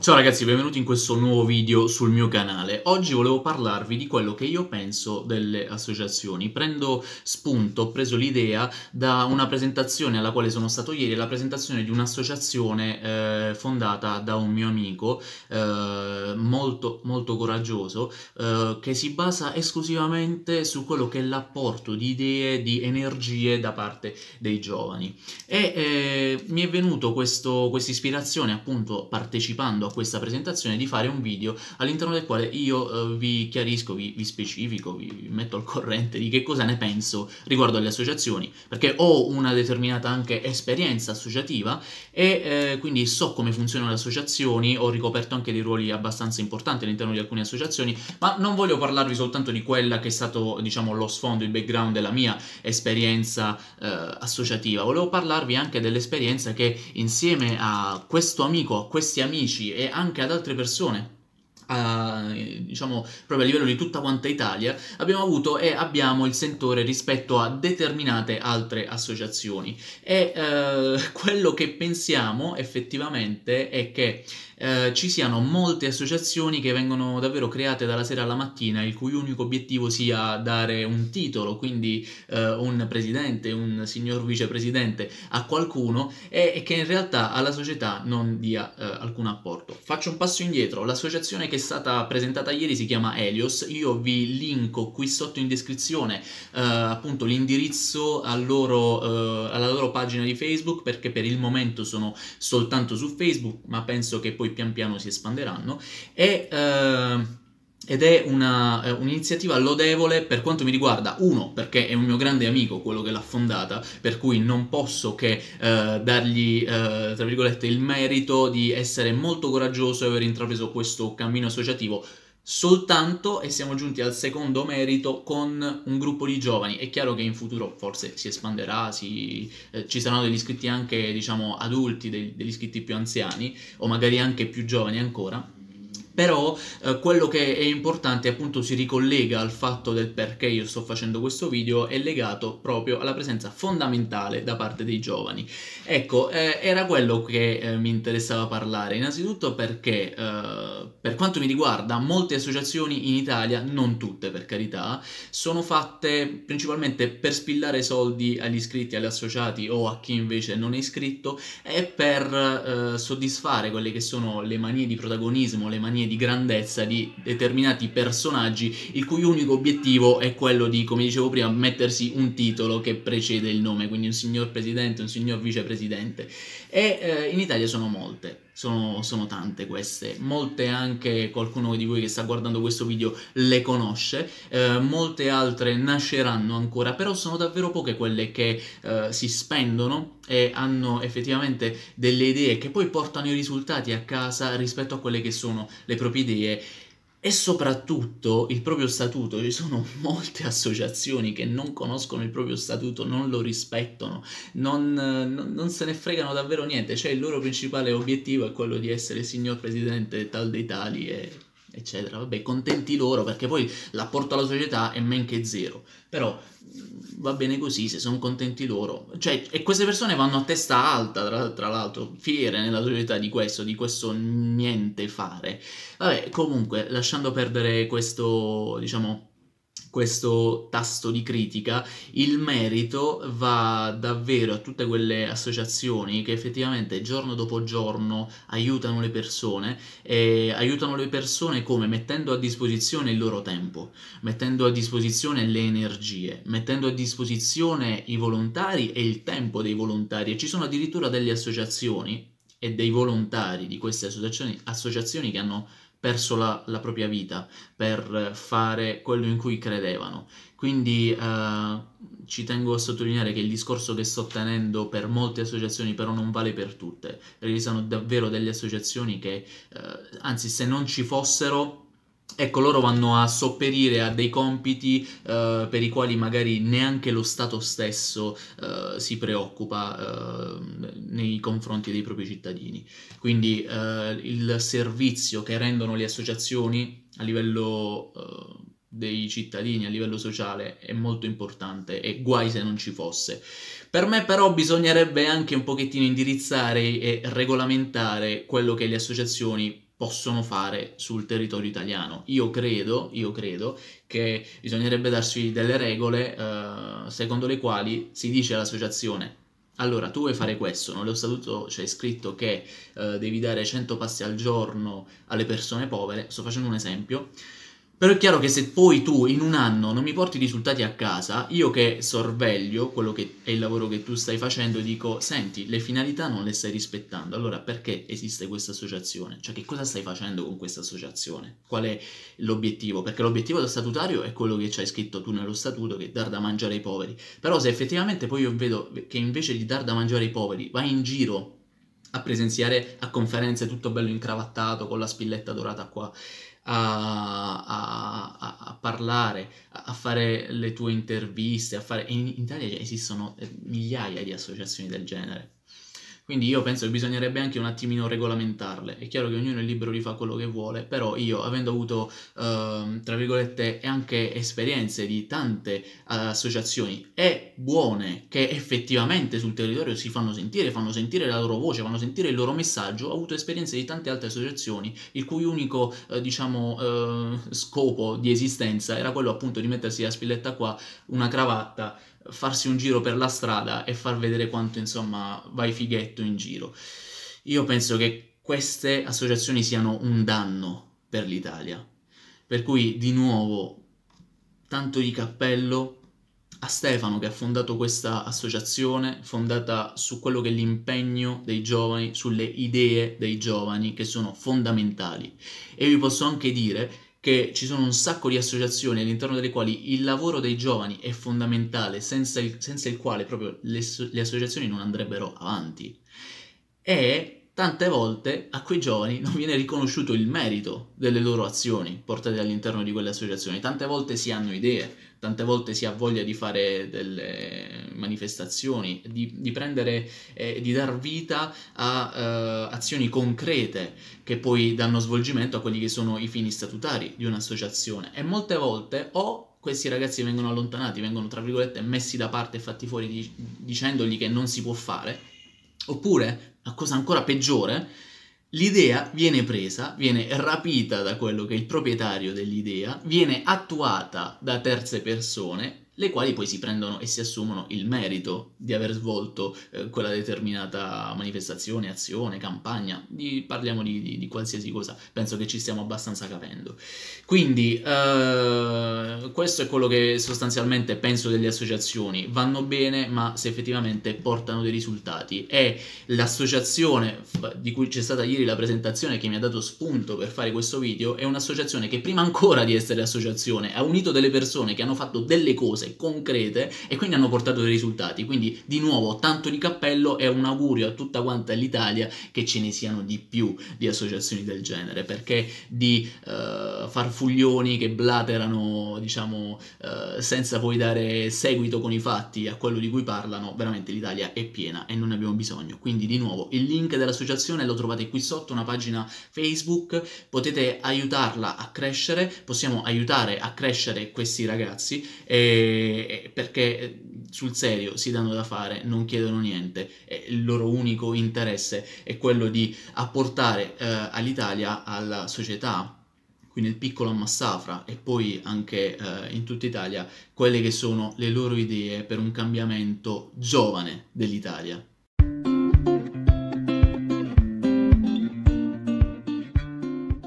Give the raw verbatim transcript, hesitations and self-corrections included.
Ciao ragazzi, benvenuti in questo nuovo video sul mio canale. Oggi volevo parlarvi di quello che io penso delle associazioni. Prendo spunto, ho preso l'idea da una presentazione alla quale sono stato ieri, la presentazione di un'associazione eh, fondata da un mio amico eh, molto, molto coraggioso, eh, che si basa esclusivamente su quello che è l'apporto di idee, di energie da parte dei giovani. E eh, mi è venuto questa ispirazione appunto partecipando a questa presentazione di fare un video all'interno del quale io eh, vi chiarisco, vi, vi specifico, vi, vi metto al corrente di che cosa ne penso riguardo alle associazioni, perché ho una determinata anche esperienza associativa e eh, quindi so come funzionano le associazioni, ho ricoperto anche dei ruoli abbastanza importanti all'interno di alcune associazioni, ma non voglio parlarvi soltanto di quella che è stato, diciamo, lo sfondo, il background della mia esperienza eh, associativa, volevo parlarvi anche dell'esperienza che insieme a questo amico, a questi amici e anche ad altre persone, Uh, diciamo proprio a livello di tutta quanta Italia, abbiamo avuto e abbiamo il sentore rispetto a determinate altre associazioni e uh, quello che pensiamo effettivamente è che uh, ci siano molte associazioni che vengono davvero create dalla sera alla mattina, il cui unico obiettivo sia dare un titolo, quindi uh, un presidente, un signor vicepresidente a qualcuno e, e che in realtà alla società non dia uh, alcun apporto. Faccio un passo indietro, l'associazione che è stata presentata ieri si chiama Helios, io vi linko qui sotto in descrizione eh, appunto l'indirizzo al loro, eh, alla loro pagina di Facebook, perché per il momento sono soltanto su Facebook, ma penso che poi pian piano si espanderanno e... Eh, ed è un'iniziativa lodevole per quanto mi riguarda, uno, perché è un mio grande amico quello che l'ha fondata, per cui non posso che eh, dargli, eh, tra virgolette, il merito di essere molto coraggioso e aver intrapreso questo cammino associativo soltanto, e siamo giunti al secondo merito, con un gruppo di giovani. È chiaro che in futuro forse si espanderà, si, eh, ci saranno degli iscritti anche, diciamo, adulti, degli, degli iscritti più anziani, o magari anche più giovani ancora. Però eh, quello che è importante, appunto, si ricollega al fatto del perché io sto facendo questo video, è legato proprio alla presenza fondamentale da parte dei giovani. Ecco, eh, era quello che eh, mi interessava parlare, innanzitutto perché eh, per quanto mi riguarda molte associazioni in Italia, non tutte per carità, sono fatte principalmente per spillare soldi agli iscritti, agli associati o a chi invece non è iscritto e per eh, soddisfare quelle che sono le manie di protagonismo, le manie di grandezza di determinati personaggi, il cui unico obiettivo è quello di, come dicevo prima, mettersi un titolo che precede il nome, quindi un signor presidente, un signor vicepresidente. E eh, in Italia sono molte, sono, sono tante queste, molte anche qualcuno di voi che sta guardando questo video le conosce, eh, molte altre nasceranno ancora, però sono davvero poche quelle che eh, si spendono e hanno effettivamente delle idee che poi portano i risultati a casa rispetto a quelle che sono le proprie idee e soprattutto il proprio statuto. Ci sono molte associazioni che non conoscono il proprio statuto, non lo rispettano, non, non, non se ne fregano davvero niente, cioè il loro principale obiettivo è quello di essere signor presidente tal dei tali e eccetera. Vabbè, contenti loro, perché poi l'apporto alla società è men che zero, però va bene così, se sono contenti loro, cioè, e queste persone vanno a testa alta, tra, tra l'altro, fiere nella società di questo, di questo niente fare. Vabbè, comunque, lasciando perdere questo, diciamo, questo tasto di critica, il merito va davvero a tutte quelle associazioni che effettivamente giorno dopo giorno aiutano le persone, e aiutano le persone come? Mettendo a disposizione il loro tempo, mettendo a disposizione le energie, mettendo a disposizione i volontari e il tempo dei volontari, e ci sono addirittura delle associazioni e dei volontari di queste associazioni, associazioni che hanno perso la, la propria vita per fare quello in cui credevano. Quindi eh, ci tengo a sottolineare che il discorso che sto tenendo per molte associazioni però non vale per tutte, perché ci sono davvero delle associazioni che, eh, anzi, se non ci fossero, ecco, loro vanno a sopperire a dei compiti uh, per i quali magari neanche lo Stato stesso uh, si preoccupa uh, nei confronti dei propri cittadini. Quindi uh, il servizio che rendono le associazioni a livello uh, dei cittadini, a livello sociale, è molto importante, e guai se non ci fosse. Per me però bisognerebbe anche un pochettino indirizzare e regolamentare quello che le associazioni possono fare sul territorio italiano. Io credo, io credo che bisognerebbe darsi delle regole eh, secondo le quali si dice all'associazione: allora, tu vuoi fare questo, nello statuto c'è scritto che eh, devi dare cento pasti al giorno alle persone povere, sto facendo un esempio, però è chiaro che se poi tu in un anno non mi porti i risultati a casa, io che sorveglio quello che è il lavoro che tu stai facendo, dico: senti, le finalità non le stai rispettando, allora perché esiste questa associazione? Cioè, che cosa stai facendo con questa associazione? Qual è l'obiettivo? Perché l'obiettivo statutario è quello che c'hai scritto tu nello statuto, che è dar da mangiare ai poveri. Però se effettivamente poi io vedo che invece di dar da mangiare ai poveri vai in giro a presenziare a conferenze tutto bello incravattato con la spilletta dorata qua, a, a, a, a parlare, a, a fare le tue interviste, a fare... In, in Italia esistono migliaia di associazioni del genere. Quindi io penso che bisognerebbe anche un attimino regolamentarle. È chiaro che ognuno è libero di fare quello che vuole, però io, avendo avuto, eh, tra virgolette, anche esperienze di tante uh, associazioni e buone, che effettivamente sul territorio si fanno sentire, fanno sentire la loro voce, fanno sentire il loro messaggio, ho avuto esperienze di tante altre associazioni, il cui unico, eh, diciamo, eh, scopo di esistenza era quello appunto di mettersi la spilletta qua, una cravatta, farsi un giro per la strada e far vedere quanto, insomma, vai fighetto in giro. Io penso che queste associazioni siano un danno per l'Italia, per cui di nuovo tanto di cappello a Stefano, che ha fondato questa associazione fondata su quello che è l'impegno dei giovani, sulle idee dei giovani, che sono fondamentali. E vi posso anche dire che ci sono un sacco di associazioni all'interno delle quali il lavoro dei giovani è fondamentale, senza il, senza il quale proprio le, le associazioni non andrebbero avanti. E tante volte a quei giovani non viene riconosciuto il merito delle loro azioni portate all'interno di quelle associazioni. Tante volte si hanno idee, tante volte si ha voglia di fare delle manifestazioni, di, di prendere, eh, di dar vita a eh, azioni concrete che poi danno svolgimento a quelli che sono i fini statutari di un'associazione. E molte volte o questi ragazzi vengono allontanati, vengono tra virgolette messi da parte e fatti fuori di, dicendogli che non si può fare, oppure, una cosa ancora peggiore, l'idea viene presa, viene rapita da quello che è il proprietario dell'idea, viene attuata da terze persone, le quali poi si prendono e si assumono il merito di aver svolto eh, quella determinata manifestazione, azione, campagna, di, parliamo di, di, di qualsiasi cosa, penso che ci stiamo abbastanza capendo. Quindi eh, questo è quello che sostanzialmente penso delle associazioni: vanno bene ma se effettivamente portano dei risultati, e l'associazione di cui c'è stata ieri la presentazione, che mi ha dato spunto per fare questo video, è un'associazione che prima ancora di essere associazione ha unito delle persone che hanno fatto delle cose concrete e quindi hanno portato dei risultati. Quindi di nuovo tanto di cappello e un augurio a tutta quanta l'Italia che ce ne siano di più di associazioni del genere, perché di uh, farfuglioni che blaterano, diciamo, uh, senza poi dare seguito con i fatti a quello di cui parlano, veramente l'Italia è piena e non ne abbiamo bisogno. Quindi di nuovo il link dell'associazione lo trovate qui sotto, una pagina Facebook, potete aiutarla a crescere, possiamo aiutare a crescere questi ragazzi, e perché sul serio si danno da fare, non chiedono niente, e il loro unico interesse è quello di apportare eh, all'Italia, alla società, qui nel piccolo a Massafra e poi anche eh, in tutta Italia, quelle che sono le loro idee per un cambiamento giovane dell'Italia.